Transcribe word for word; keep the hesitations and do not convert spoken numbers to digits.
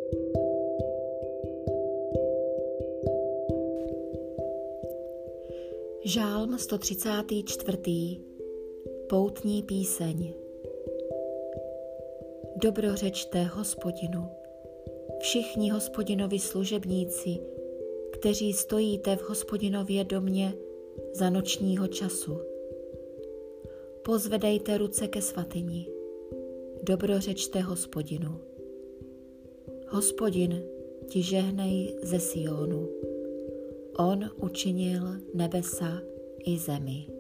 Žálm sto třicátý čtvrtý. Poutní píseň. Dobrořečte Hospodinu, všichni Hospodinovi služebníci, kteří stojíte v Hospodinově domě za nočního času. Pozvedejte ruce ke svatyni, dobrořečte Hospodinu. Hospodin ti žehnej ze Sionu, on učinil nebesa i zemi.